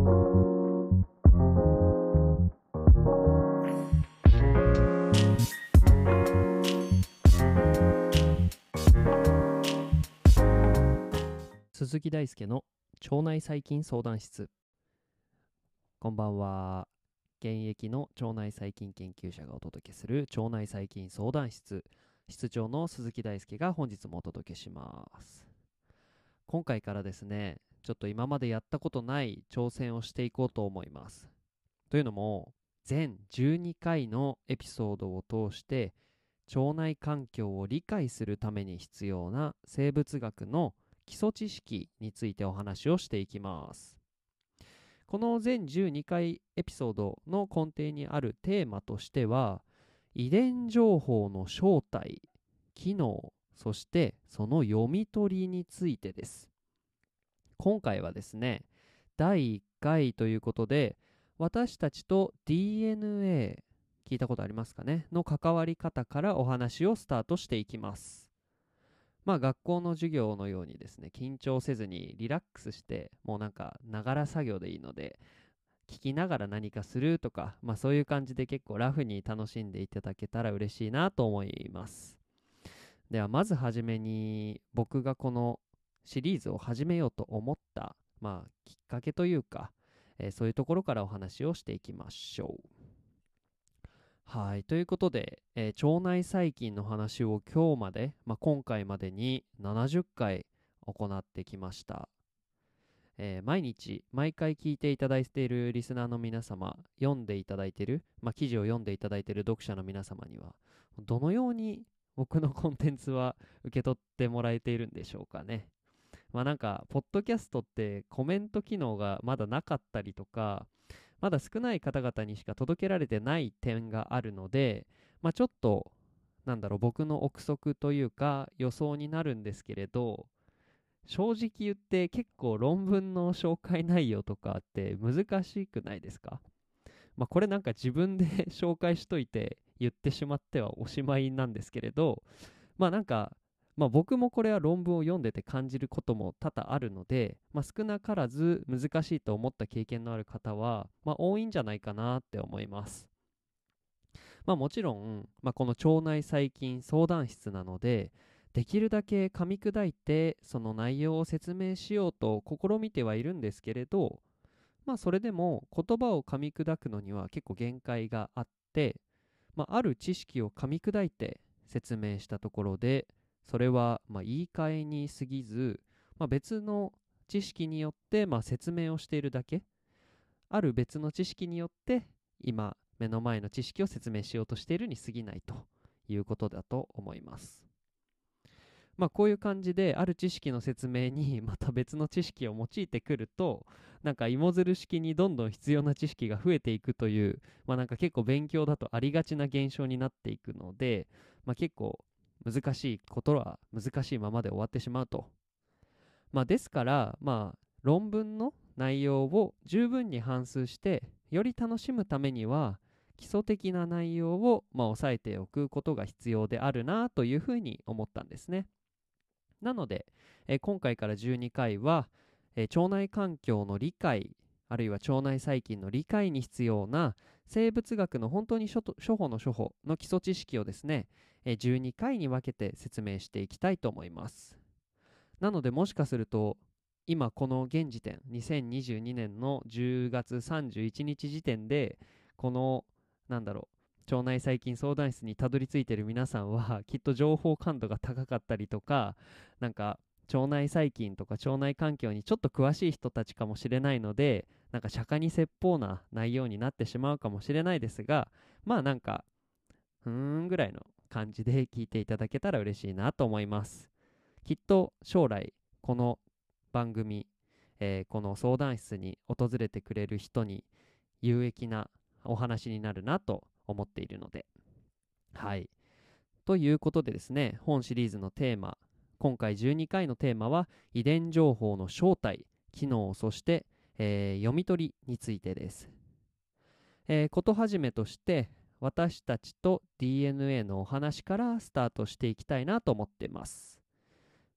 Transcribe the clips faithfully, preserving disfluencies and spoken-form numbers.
鈴木大輔の腸内細菌相談室。こんばんは。現役の腸内細菌研究者がお届けする腸内細菌相談室、室長の鈴木大輔が本日もお届けします。今回からですね、ちょっと今までやったことない挑戦をしていこうと思います。というのも、全じゅうにかいのエピソードを通して腸内環境を理解するために必要な生物学の基礎知識についてお話をしていきます。この全じゅうにかいエピソードの根底にあるテーマとしては、遺伝情報の正体、機能、そしてその読み取りについてです。今回はですね、だいいっかいということで、私たちと ディーエヌエー、聞いたことありますかね、の関わり方からお話をスタートしていきます。まあ学校の授業のようにですね、緊張せずにリラックスして、もうなんかながら作業でいいので、聞きながら何かするとか、まあそういう感じで結構ラフに楽しんでいただけたら嬉しいなと思います。ではまずはじめに、僕がこのシリーズを始めようと思った、まあきっかけというか、えーそういうところからお話をしていきましょう。はい。ということで、えー腸内細菌の話を今日まで、まあ、今回までにななじゅっかい行ってきました。えー毎日、毎回聞いていただいているリスナーの皆様、読んでいただいている、まあ、記事を読んでいただいている読者の皆様には、どのように僕のコンテンツは受け取ってもらえているんでしょうかね。まあなんか、ポッドキャストってコメント機能がまだなかったりとか、まだ少ない方々にしか届けられてない点があるので、まあ、ちょっと、なんだろう、僕の憶測というか予想になるんですけれど、正直言って結構論文の紹介内容とかって難しくないですか？まあ、これなんか自分で紹介しといて言ってしまってはおしまいなんですけれど、まあなんか、まあ僕もこれは論文を読んでて感じることも多々あるので、まあ少なからず難しいと思った経験のある方は、まあ多いんじゃないかなって思います。まあもちろん、まあこの腸内細菌相談室なので、できるだけ噛み砕いてその内容を説明しようと試みてはいるんですけれど、まあそれでも言葉を噛み砕くのには結構限界があって、まあ、ある知識を噛み砕いて説明したところで、それはまあ言い換えに過ぎず、まあ、別の知識によってまあ説明をしているだけ、ある別の知識によって今目の前の知識を説明しようとしているに過ぎないということだと思います。まあこういう感じである知識の説明にまた別の知識を用いてくると、なんか芋づる式にどんどん必要な知識が増えていくという、まあなんか結構勉強だとありがちな現象になっていくので、まあ結構難しいことは難しいままで終わってしまうと。まあですからまあ論文の内容を十分に反芻してより楽しむためには、基礎的な内容をまあ押さえておくことが必要であるなというふうに思ったんですね。なので、えー今回からじゅうにかいは、えー腸内環境の理解、あるいは腸内細菌の理解に必要な生物学の本当に初と初歩の初歩の基礎知識をですね、えーじゅうにかいに分けて説明していきたいと思います。なのでもしかすると、今この現時点、にせんにじゅうにねんのじゅうがつさんじゅういちにち時点で、この、なんだろう、腸内細菌相談室にたどり着いている皆さんは、きっと情報感度が高かったりとか、なんか、腸内細菌とか腸内環境にちょっと詳しい人たちかもしれないので、なんか釈迦に説法な内容になってしまうかもしれないですが、まあなんか、ふーんぐらいの感じで聞いていただけたら嬉しいなと思います。きっと将来この番組、えーこの相談室に訪れてくれる人に有益なお話になるなと思っているので、はい。ということでですね、本シリーズのテーマ、今回じゅうにかいのテーマは遺伝情報の正体、機能、そして、えー読み取りについてです。えーことはじめとして私たちと ディーエヌエー のお話からスタートしていきたいなと思っています。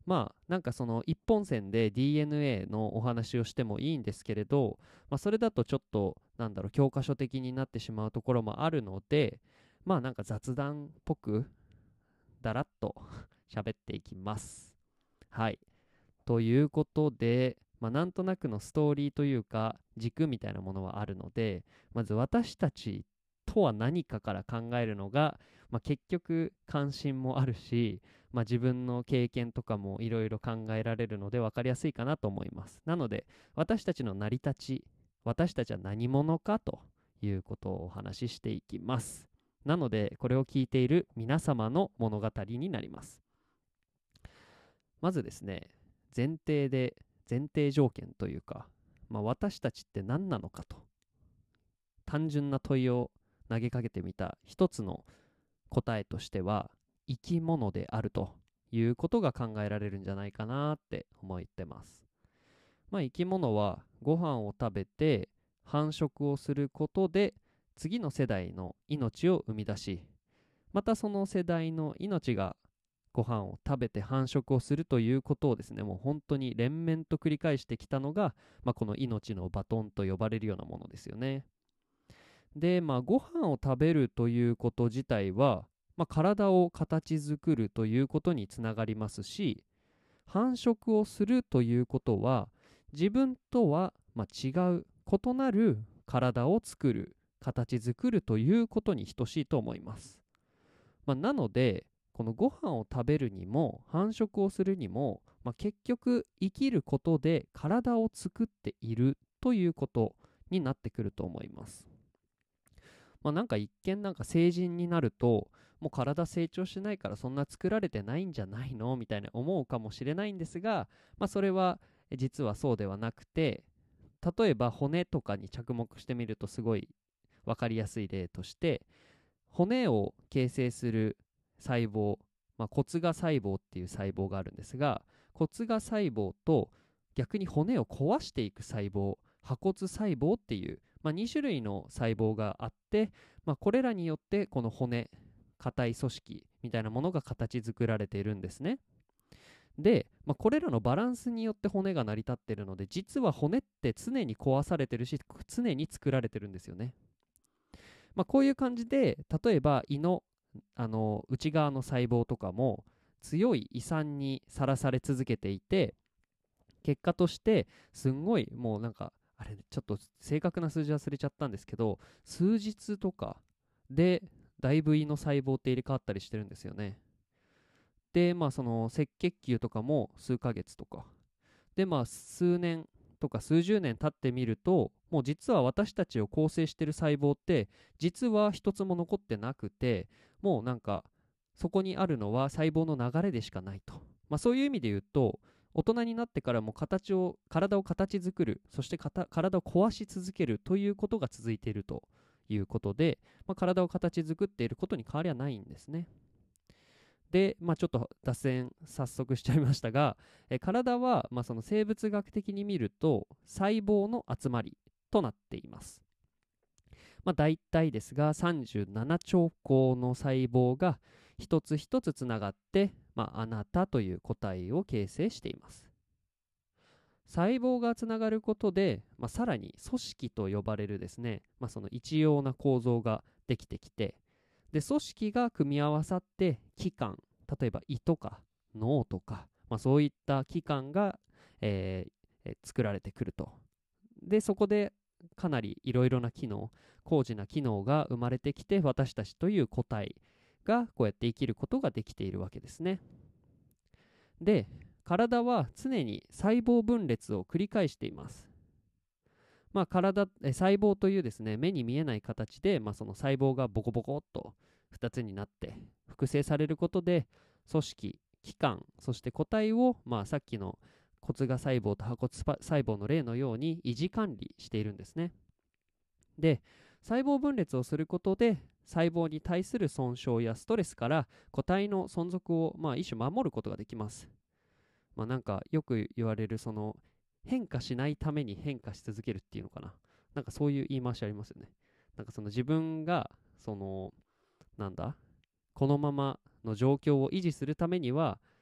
まあなんかその一本線で ディーエヌエー のお話をしてもいいんですけれど、まあ、それだとちょっとなんだろう教科書的になってしまうところもあるので、まあなんか雑談っぽくだらっと喋っていきます。はい。ということで、まあ、なんとなくのストーリーというか軸みたいなものはあるので、まず私たちとは何かから考えるのが、まあ、結局関心もあるし、まあ、自分の経験とかもいろいろ考えられるので分かりやすいかなと思います。なので私たちの成り立ち、私たちは何者かということをお話ししていきます。なのでこれを聞いている皆様の物語になります。まずですね、前提で前提条件というか、まあ、私たちって何なのかと単純な問いを投げかけてみた一つの答えとしては、生き物であるということが考えられるんじゃないかなって思ってます。まあ、生き物はご飯を食べて繁殖をすることで次の世代の命を生み出し、またその世代の命がご飯を食べて繁殖をするということをですね、もう本当に連綿と繰り返してきたのが、まあ、この命のバトンと呼ばれるようなものですよね。で、まあ、ご飯を食べるということ自体は、まあ、体を形作るということにつながりますし、繁殖をするということは、自分とはまあ違う異なる体を作る、形作るということに等しいと思います。まあ、なので、このご飯を食べるにも繁殖をするにも、まあ、結局生きることで体を作っているということになってくると思います。まあ、なんか一見なんか成人になるともう体成長してないからそんな作られてないんじゃないのみたいな思うかもしれないんですが、まあ、それは実はそうではなくて、例えば骨とかに着目してみるとすごい分かりやすい例として、骨を形成する細胞、まあ、骨芽細胞っていう細胞があるんですが、骨芽細胞と逆に骨を壊していく細胞、破骨細胞っていう、まあ、に種類の細胞があって、まあ、これらによってこの骨、硬い組織みたいなものが形作られているんですね。で、まあ、これらのバランスによって骨が成り立っているので、実は骨って常に壊されてるし常に作られてるんですよね。まあ、こういう感じで、例えば胃の、あの内側の細胞とかも強い胃酸にさらされ続けていて、結果としてすんごいもうなんかあれちょっと正確な数字忘れちゃったんですけど、数日とかでだいぶ胃の細胞って入れ替わったりしてるんですよね。でまあその赤血球とかも数ヶ月とかで、まあ数年とか数十年経ってみると、もう実は私たちを構成している細胞って実は一つも残ってなくて、もうなんかそこにあるのは細胞の流れでしかないと。まあ、そういう意味で言うと、大人になってからも形を体を形作る、そして体を壊し続けるということが続いているということで、まあ、体を形作っていることに変わりはないんですね。で、まあ、ちょっと脱線早速しちゃいましたが、え体は、まあ、その生物学的に見ると細胞の集まりとなっています。まあ、大体ですがさんじゅうななちょうこうの細胞が一つ一つつながって、まあ、あなたという個体を形成しています。細胞がつながることで、まあ、さらに組織と呼ばれるですね、まあ、その一様な構造ができてきて、で組織が組み合わさって器官、例えば胃とか脳とか、まあ、そういった器官が、えー、作られてくると。でそこでかなりいろいろな機能、高次な機能が生まれてきて、私たちという個体がこうやって生きることができているわけですね。で体は常に細胞分裂を繰り返しています。まあ、体え細胞というですね目に見えない形で、まあ、その細胞がボコボコっとふたつになって複製されることで、組織、器官、そして個体を、まあ、さっきの骨芽細胞と破骨細胞の例のように維持管理しているんですね。で細胞分裂をすることで細胞に対する損傷やストレスから個体の存続を、まあ、一種守ることができます。まあ、なんかよく言われるその変化しないために変化し続けるっていうのかな。なんかそういう言い回しありますよね。なんかその自分がそのなんだこのままの状況を維持するためには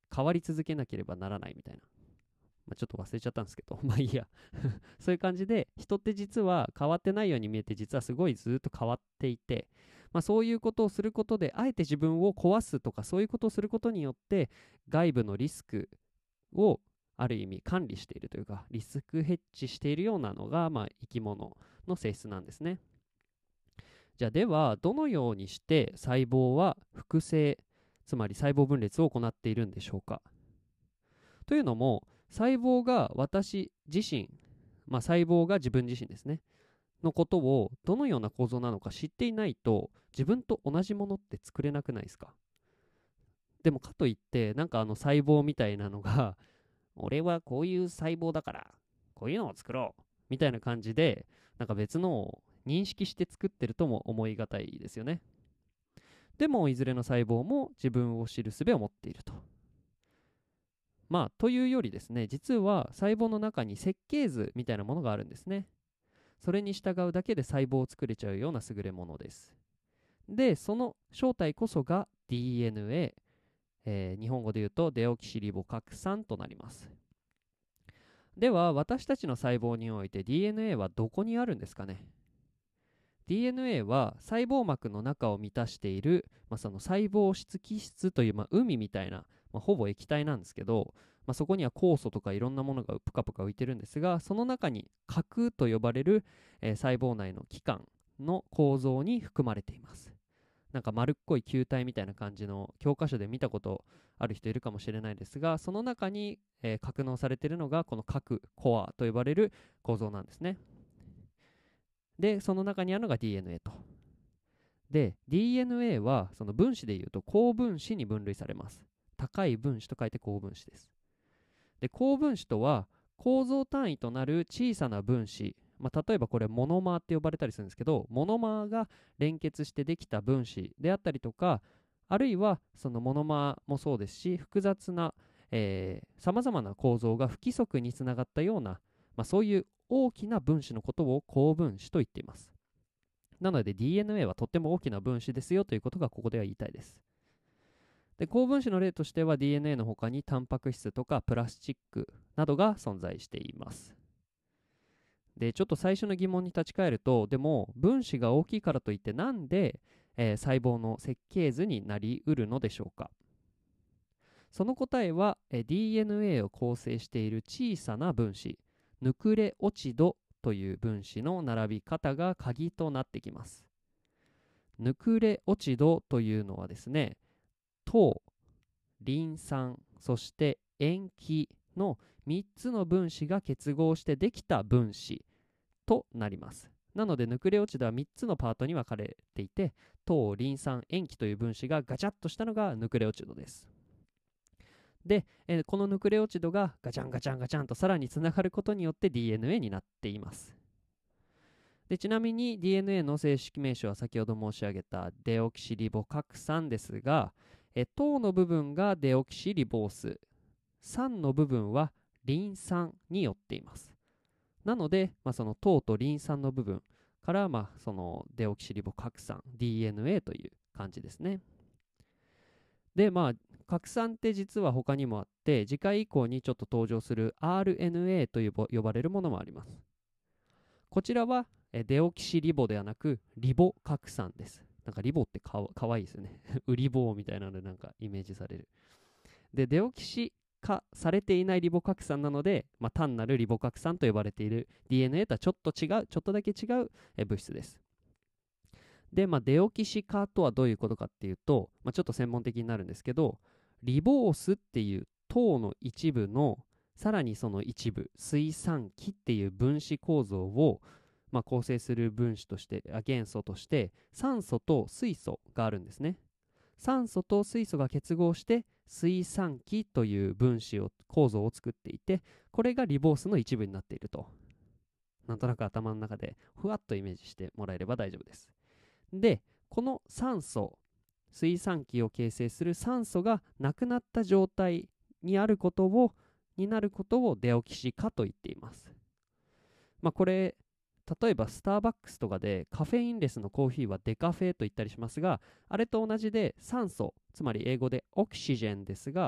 変わり続けなければならないみたいな、まあ、ちょっと忘れちゃったんですけどまあいいやそういう感じで、人って実は変わってないように見えて、実はすごいずっと変わっていて、まあ、そういうことをすることで、あえて自分を壊すとか、そういうことをすることによって外部のリスクをある意味管理しているというか、リスクヘッジしているようなのが、まあ、生き物の性質なんですね。じゃあでは、どのようにして細胞は複製、つまり細胞分裂を行っているんでしょうか。というのも、細胞が私自身、まあ、細胞が自分自身ですね、のことをどのような構造なのか知っていないと、自分と同じものって作れなくないですか。でもかといって、なんかあの細胞みたいなのが、俺はこういう細胞だから、こういうのを作ろうみたいな感じで、なんか別のを認識して作ってるとも思いがたいですよね。でもいずれの細胞も自分を知る術を持っていると。まあというよりですね、実は細胞の中に設計図みたいなものがあるんですね。それに従うだけで細胞を作れちゃうような優れものです。で、その正体こそが ディーエヌエー、えー日本語で言うとデオキシリボ核酸となります。では、私たちの細胞において ディーエヌエー はどこにあるんですかね。 ディーエヌエー は細胞膜の中を満たしている、まあ、その細胞質基質という、まあ、海みたいな、まあ、ほぼ液体なんですけど、まあ、そこには酵素とかいろんなものがぷかぷか浮いてるんですが、その中に核と呼ばれる、えー細胞内の器官の構造に含まれています。なんか丸っこい球体みたいな感じの教科書で見たことある人いるかもしれないですが、その中に、えー格納されているのがこの核コアと呼ばれる構造なんですね。で、その中にあるのが ディーエヌエー と。で、ディーエヌエー はその分子でいうと高分子に分類されます。高い分子と書いて高分子です。で、高分子とは構造単位となる小さな分子、まあ、例えばこれモノマーって呼ばれたりするんですけど、モノマーが連結してできた分子であったりとか、あるいはそのモノマーもそうですし、複雑なさまざまな構造が不規則につながったような、まあ、そういう大きな分子のことを高分子と言っています。なので ディーエヌエー はとっても大きな分子ですよということがここでは言いたいです。で、高分子の例としては ディーエヌエー の他にタンパク質とかプラスチックなどが存在しています。で、ちょっと最初の疑問に立ち返ると、でも分子が大きいからといってなんで、えー細胞の設計図になりうるのでしょうか。その答えは、えー ディーエヌエー を構成している小さな分子、ヌクレオチドという分子の並び方が鍵となってきます。ヌクレオチドというのはですね、糖、リン酸、そして塩基のみっつの分子が結合してできた分子となります。なのでヌクレオチドはみっつのパートに分かれていて、糖、リン酸、塩基という分子がガチャッとしたのがヌクレオチドです。で、えーこのヌクレオチドがガチャンガチャンガチャンとさらにつながることによって ディーエヌエー になっています。で、ちなみに ディーエヌエー の正式名称は先ほど申し上げたデオキシリボ核酸ですが、え糖の部分がデオキシリボース、酸の部分はリン酸によっています。なので、まあ、その糖とリン酸の部分から、まあ、そのデオキシリボ核酸 ディーエヌエー という感じですね。で、まあ、核酸って実は他にもあって、次回以降にちょっと登場する アールエヌエー と呼ばれるものもあります。こちらはデオキシリボではなくリボ核酸です。なんかリボってかわいいですよね。ウリボみたいなのでなんかイメージされる。で、デオキシ化されていないリボ核酸なので、まあ、単なるリボ核酸と呼ばれている ディーエヌエー とはちょっと違う、ちょっとだけ違う物質です。で、まあ、デオキシ化とはどういうことかっていうと、まあ、ちょっと専門的になるんですけど、リボースっていう糖の一部のさらにその一部水酸基っていう分子構造を、まあ、構成する分子として元素として酸素と水素があるんですね。酸素と水素が結合して水酸基という分子を構造を作っていて、これがリボースの一部になっていると、なんとなく頭の中でふわっとイメージしてもらえれば大丈夫です。で、この酸素、水酸基を形成する酸素がなくなった状態にあることをになることをデオキシ化と言っています。まあ、これ例えばスターバックスとかでカフェインレスのコーヒーはデカフェと言ったりしますが、あれと同じで酸素、つまり英語でオキシジェンですが、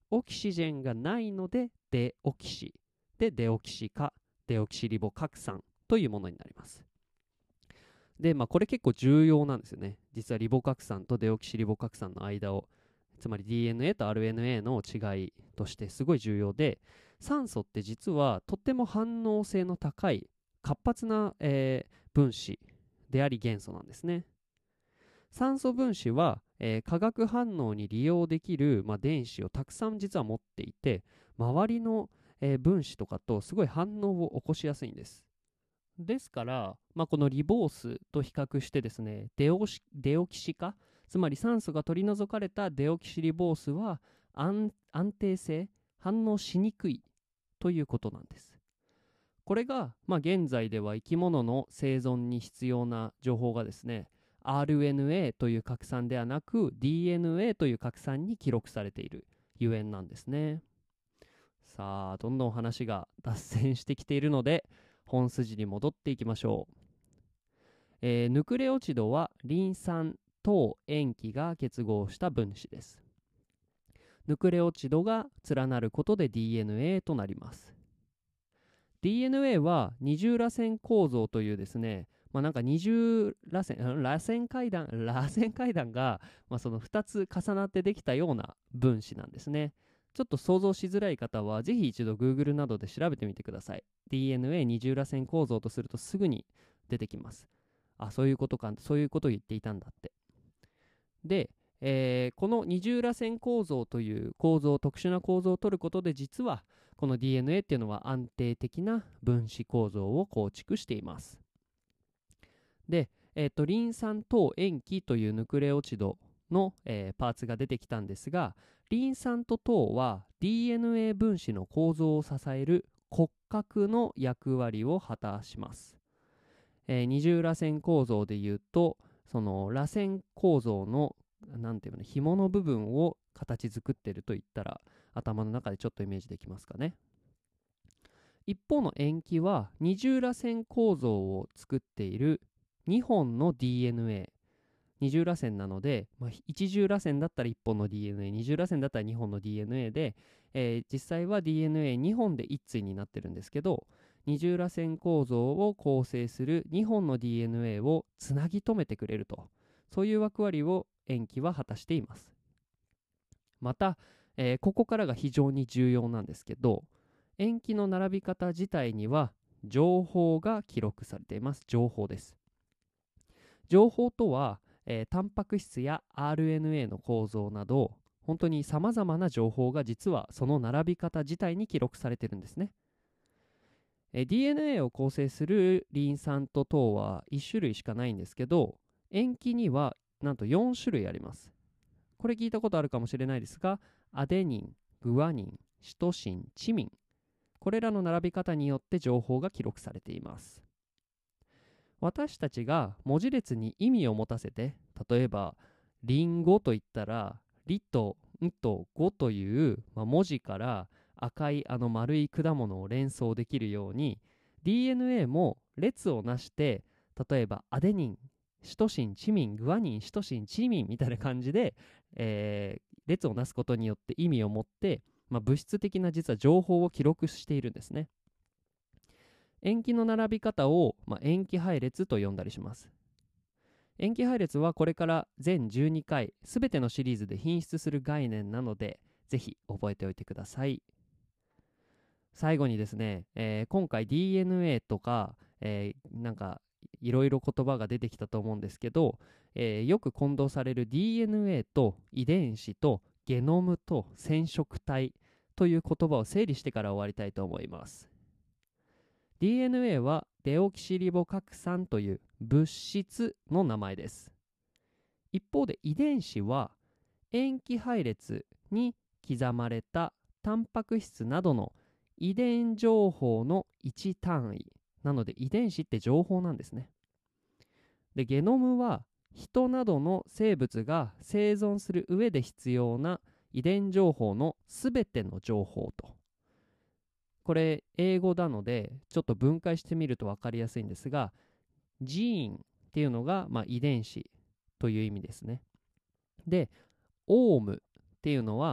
オキシジェンがないのでデオキシで、デオキシ化、デオキシリボ核酸というものになります。で、まあ、これ結構重要なんですよね。実はリボ核酸とデオキシリボ核酸の間を、つまり ディーエヌエー と アールエヌエー の違いとしてすごい重要で、酸素って実はとっても反応性の高い活発な、えー分子であり元素なんですね。酸素分子は、えー化学反応に利用できる、まあ、電子をたくさん実は持っていて、周りの、えー分子とかとすごい反応を起こしやすいんです。ですから、まあ、このリボースと比較してですね、デオシデオキシ化、つまり酸素が取り除かれたデオキシリボースは安安定性、反応しにくいということなんです。これが、まあ、現在では生き物の生存に必要な情報がですね、アールエヌエー という核酸ではなく ディーエヌエー という核酸に記録されているゆえんなんですね。さあ、どんどん話が脱線してきているので、本筋に戻っていきましょう。えーヌクレオチドはリン酸糖塩基が結合した分子です。ヌクレオチドが連なることで ディーエヌエー となります。ディーエヌエー は二重らせん構造というですね、まあ、なんか二重らせん、螺旋階段、螺旋階段が、まあ、そのふたつ重なってできたような分子なんですね。ちょっと想像しづらい方は、ぜひ一度 Google などで調べてみてください。ディーエヌエー 二重らせん構造とするとすぐに出てきます。あ、そういうことか、そういうことを言っていたんだって。で、えーこの二重らせん構造という構造、特殊な構造を取ることで、実はこの ディーエヌエー っていうのは安定的な分子構造を構築しています。で、えーと、リン酸糖塩基というヌクレオチドの、えーパーツが出てきたんですが、リン酸と糖は ディーエヌエー 分子の構造を支える骨格の役割を果たします。えー二重らせん構造でいうと、その螺旋構造のなんていうの、紐の部分を形作っていると言ったら頭の中でちょっとイメージできますかね。一方の塩基は二重らせん構造を作っているにほんの ディーエヌエー、二重らせんなので、まあ、一重らせんだったらいっぽんの ディーエヌエー、二重らせんだったらにほんの ディーエヌエー で、えー実際は ディーエヌエーに 本で一対になってるんですけど、二重らせん構造を構成するにほんの ディーエヌエー をつなぎ止めてくれると、そういう役割を塩基は果たしています。また、えーここからが非常に重要なんですけど、塩基の並び方自体には情報が記録されています。情報です。情報とは、えータンパク質や アールエヌエー の構造など、本当にさまざまな情報が実はその並び方自体に記録されてるんですね。えー ディーエヌエー を構成するリン酸と糖はいっしゅるいしかないんですけど、塩基にはなんとよんしゅるいあります。これ聞いたことあるかもしれないですが、アデニン、グアニン、シトシン、チミン、これらの並び方によって情報が記録されています。私たちが文字列に意味を持たせて、例えばリンゴといったらリとンとゴという、まあ、文字から赤いあの丸い果物を連想できるように、 ディーエヌエー も列をなして、例えばアデニン、シトシン、チミン、グアニン、シトシン、チミンみたいな感じで、えー列をなすことによって意味を持って、まあ、物質的な実は情報を記録しているんですね。塩基の並び方を、まあ、塩基配列と呼んだりします。塩基配列はこれから全じゅうにかいすべてのシリーズで品質する概念なので、ぜひ覚えておいてください。最後にですね、えー今回 ディーエヌエー とか、えーなんかいろいろ言葉が出てきたと思うんですけど、えーよく混同される ディーエヌエー と遺伝子とゲノムと染色体という言葉を整理してから終わりたいと思います。ディーエヌエー はデオキシリボ核酸という物質の名前です。一方で遺伝子は塩基配列に刻まれたタンパク質などの遺伝情報のいち単位なので、遺伝子って情報なんですね。で、ゲノムは人などの生物が生存する上で必要な遺伝情報のすべての情報と。これ英語なのでちょっと分解してみると分かりやすいんですが、ジーンっていうのが、まあ、遺伝子という意味ですね。で、オームっていうのは、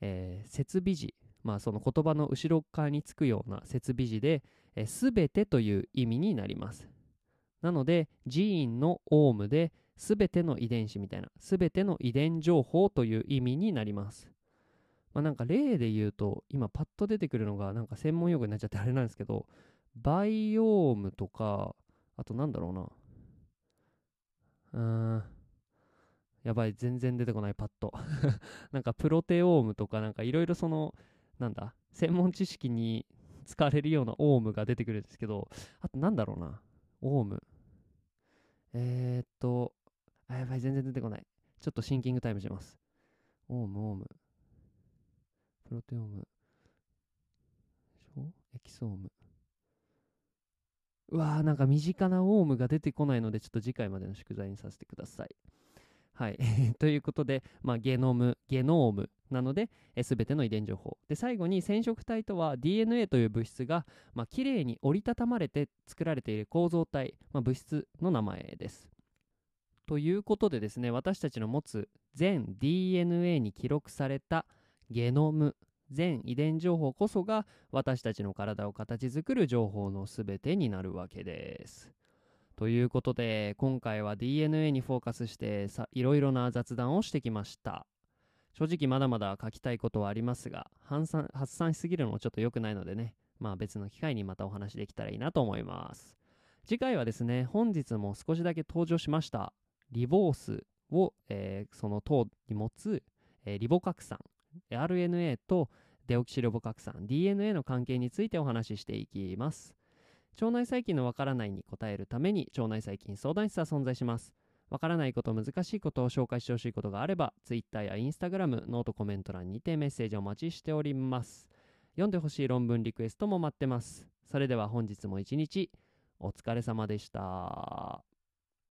えー接尾辞、まあその言葉の後ろ側につくような接尾辞で、すべてという意味になります。なので、ジーンのオウムで、すべての遺伝子みたいな、すべての遺伝情報という意味になります。まあなんか例で言うと、今パッと出てくるのが、なんか専門用語になっちゃってあれなんですけど、バイオームとか、あとなんだろうな。うーん、やばい、全然出てこないパッと。なんかプロテオームとか、なんかいろいろその、なんだ、専門知識に使われるようなオウムが出てくるんですけど、あとなんだろうな。オウム。えーっと、あ、やばい、全然出てこない。ちょっとシンキングタイムします。オウム、オウム。プロテオーム。エキソーム。うわー、なんか身近なオウムが出てこないので、ちょっと次回までの宿題にさせてください。はい。ということで、まあ、ゲノム、ゲノームなので、すべての遺伝情報。で、最後に染色体とは ディーエヌエー という物質が、まあ、きれいに折りたたまれて作られている構造体、まあ、物質の名前です。ということでですね、私たちの持つ全 ディーエヌエー に記録されたゲノム、全遺伝情報こそが私たちの体を形作る情報のすべてになるわけです。ということで、今回は ディーエヌエー にフォーカスしてさいろいろな雑談をしてきました。正直まだまだ書きたいことはありますが、発散発散しすぎるのもちょっと良くないのでね、まあ別の機会にまたお話できたらいいなと思います。次回はですね、本日も少しだけ登場しましたリボースを、えーその糖に持つ、えーリボ核酸 アールエヌエー とデオキシリボ核酸 ディーエヌエー の関係についてお話ししていきます。腸内細菌のわからないに答えるために腸内細菌相談室は存在します。わからないこと、難しいことを紹介してほしいことがあれば Twitter や Instagram、ノートコメント欄にてメッセージをお待ちしております。読んでほしい論文リクエストも待ってます。それでは本日も一日お疲れ様でした。